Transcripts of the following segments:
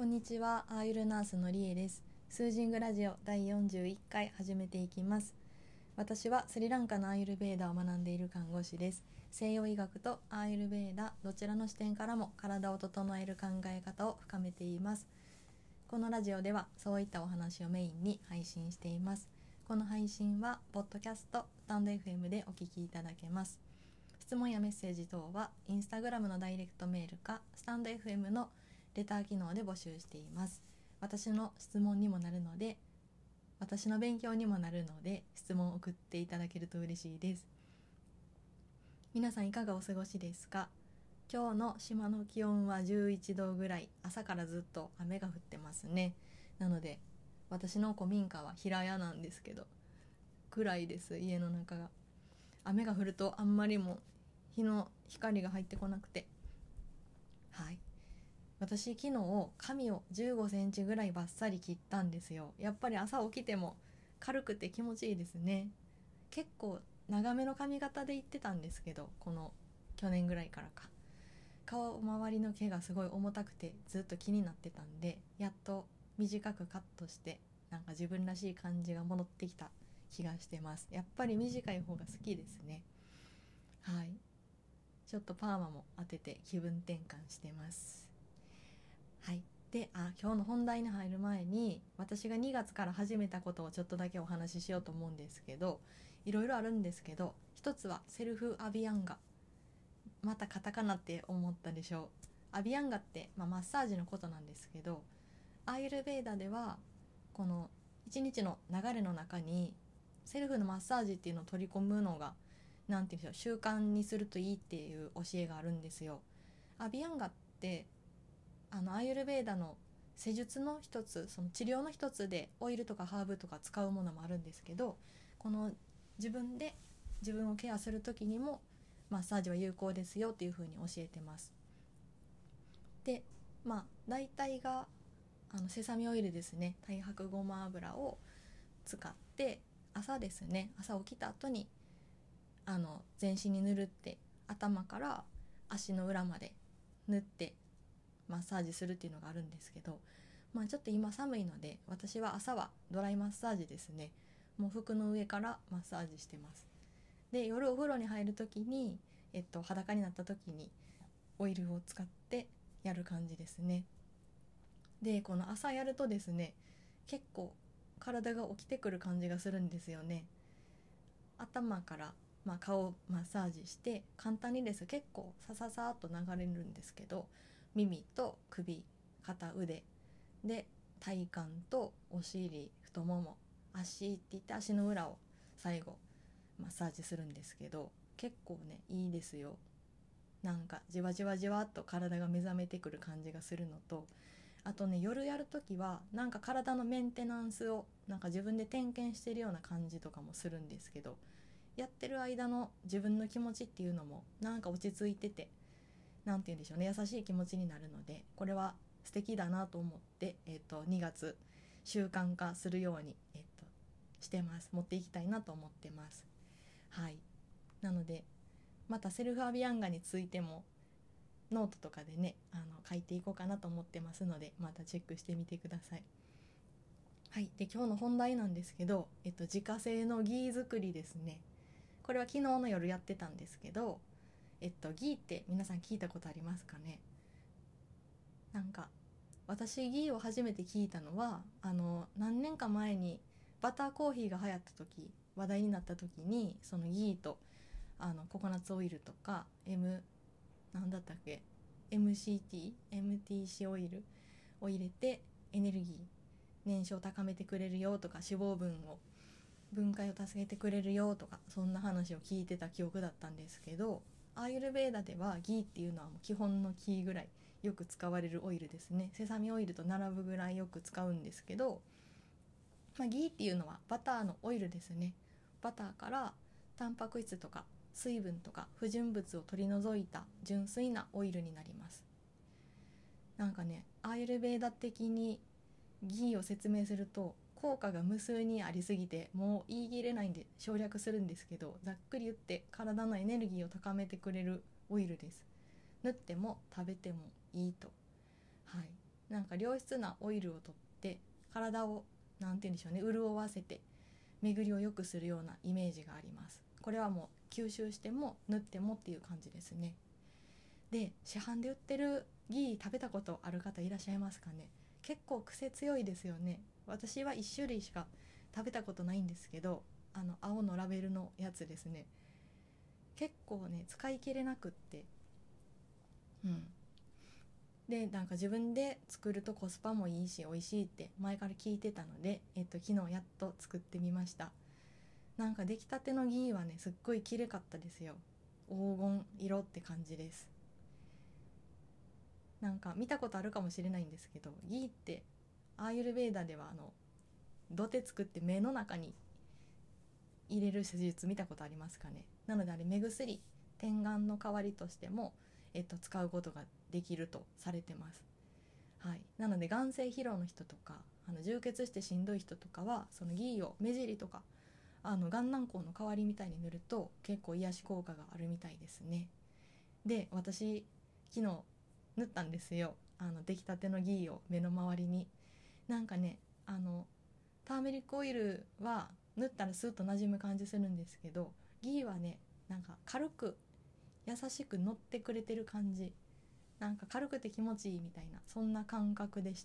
こんにちは、アーユルナースのりえです。スージングラジオ第41回始めていきます。私はスリランカのアーユルベーダを学んでいる看護師です。西洋医学とアーユルベーダどちらの視点からも体を整える考え方を深めています。このラジオではそういったお話をメインに配信しています。この配信はポッドキャスト、スタンド FM でお聞きいただけます。質問やメッセージ等はインスタグラムのダイレクトメールかスタンド FM のレター機能で募集しています。私の質問にもなるので、私の勉強にもなるので、質問を送っていただけると嬉しいです。皆さんいかがお過ごしですか？今日の島の気温は11度ぐらい、朝からずっと雨が降ってますね。なので私の古民家は平屋なんですけど、暗いです。家の中が雨が降るとあんまりも日の光が入ってこなくて、私昨日髪を15センチぐらいバッサリ切ったんですよ。やっぱり朝起きても軽くて気持ちいいですね。結構長めの髪型で行ってたんですけど、この去年ぐらいからか、顔周りの毛がすごい重たくてずっと気になってたんで、やっと短くカットしてなんか自分らしい感じが戻ってきた気がしてます。やっぱり短い方が好きですね。ちょっとパーマも当てて気分転換してます。で、今日の本題に入る前に、私が2月から始めたことをちょっとだけお話ししようと思うんですけど、いろいろあるんですけど、一つはセルフアビアンガ。またカタカナって思ったでしょう。アビアンガって、マッサージのことなんですけど、アーユルベーダではこの一日の流れの中にセルフのマッサージっていうのを取り込むのが、なんていうんでしょう、習慣にするといいっていう教えがあるんですよ。アビアンガってアーユルベーダの施術の一つ、その治療の一つでオイルとかハーブとか使うものもあるんですけど、この自分で自分をケアする時にもマッサージは有効ですよっていう風に教えてます。で、大体がセサミオイルですね、太白ごま油を使って朝ですね、朝起きた後に全身に塗るって、頭から足の裏まで塗ってマッサージするっていうのがあるんですけど、ちょっと今寒いので私は朝はドライマッサージですね。もう服の上からマッサージしてます。で、夜お風呂に入る時に、裸になった時にオイルを使ってやる感じですね。で、この朝やるとですね、結構体が起きてくる感じがするんですよね。頭から、顔をマッサージして簡単にです。結構さささっと流れるんですけど、耳と首、肩、腕で、体幹とお尻、太もも、足って言って足の裏を最後マッサージするんですけど、結構ね、いいですよ。なんかじわじわじわっと体が目覚めてくる感じがするのと、あとね、夜やるときはなんか体のメンテナンスをなんか自分で点検してるような感じとかもするんですけど、やってる間の自分の気持ちっていうのもなんか落ち着いてて、なんて言うんでしょうね、優しい気持ちになるので、これは素敵だなと思って、2月習慣化するように、してます。持っていきたいなと思ってます。なのでまたセルフアビアンガについてもノートとかでね、書いていこうかなと思ってますので、またチェックしてみてください。で、今日の本題なんですけど、自家製のギー作りですね。これは昨日の夜やってたんですけど、ギーって皆さん聞いたことありますかね？なんか私ギーを初めて聞いたのは何年か前にバターコーヒーが流行った時、話題になった時に、そのギーとココナッツオイルとかなんだったっけ MCT、MTC オイルを入れてエネルギー燃焼を高めてくれるよとか、脂肪分を分解を助けてくれるよとか、そんな話を聞いてた記憶だったんですけど、アーユルベーダではギーっていうのはもう基本のキーぐらいよく使われるオイルですね。セサミオイルと並ぶぐらいよく使うんですけど、ギーっていうのはバターのオイルですね。バターからタンパク質とか水分とか不純物を取り除いた純粋なオイルになります。なんかね、アーユルベーダ的にギーを説明すると効果が無数にありすぎてもう言い切れないんで省略するんですけど、ざっくり言って体のエネルギーを高めてくれるオイルです。塗っても食べてもいいと。 なんか良質なオイルをとって体をなんて言うんでしょうね、潤わせて巡りを良くするようなイメージがあります。これはもう吸収しても塗ってもっていう感じですね。で、市販で売ってるギー食べたことある方いらっしゃいますかね。結構癖強いですよね。私は1種類しか食べたことないんですけど、青のラベルのやつですね。結構ね使い切れなくって、でなんか自分で作るとコスパもいいし美味しいって前から聞いてたので、昨日やっと作ってみました。なんか出来たてのギーはねすっごい綺麗かったですよ。黄金色って感じです。なんか見たことあるかもしれないんですけど、ギーってアーユルヴェーダでは土手作って目の中に入れる施術見たことありますかね。なのであれ目薬、点眼の代わりとしても、使うことができるとされてます。はい、なので眼性疲労の人とか充血してしんどい人とかはそのギーを目尻とか眼軟膏の代わりみたいに塗ると結構癒し効果があるみたいですね。で、私昨日塗ったんですよ。出来たてのギーを目の周りに。なんかね、ターメリックオイルは塗ったらスーッと馴染む感じするんですけど、ギーはねなんか軽く優しく乗ってくれてる感じ、なんか軽くて気持ちいいみたいな、そんな感覚でした。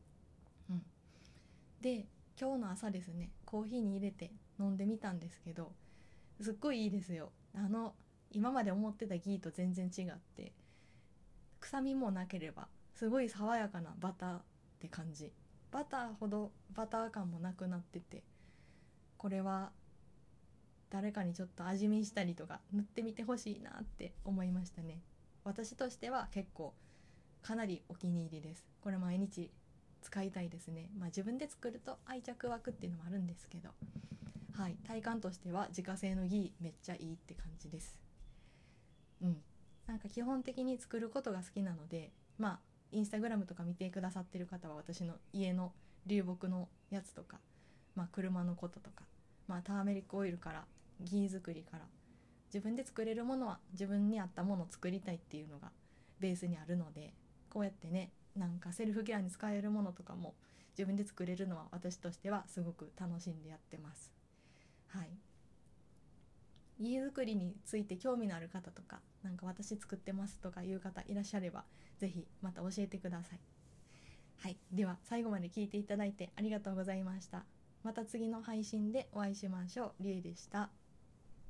で、今日の朝ですね、コーヒーに入れて飲んでみたんですけど、すっごいいいですよ。今まで思ってたギーと全然違って、臭みもなければすごい爽やかなバターって感じ。バターほどバター感もなくなってて、これは誰かにちょっと味見したりとか塗ってみてほしいなって思いましたね。私としては結構かなりお気に入りです。これ毎日使いたいですね。自分で作ると愛着湧くっていうのもあるんですけど、はい、体感としては自家製のギーめっちゃいいって感じです。なんか基本的に作ることが好きなので、インスタグラムとか見てくださってる方は私の家の流木のやつとか、車のこととか、ターメリックオイルからギー作りから、自分で作れるものは自分に合ったものを作りたいっていうのがベースにあるので、こうやってね、なんかセルフケアに使えるものとかも自分で作れるのは私としてはすごく楽しんでやってます。はい、家づくりについて興味のある方とか、なんか私作ってますとかいう方いらっしゃればぜひまた教えてください。はい、では最後まで聞いていただいてありがとうございました。また次の配信でお会いしましょう。りえでした。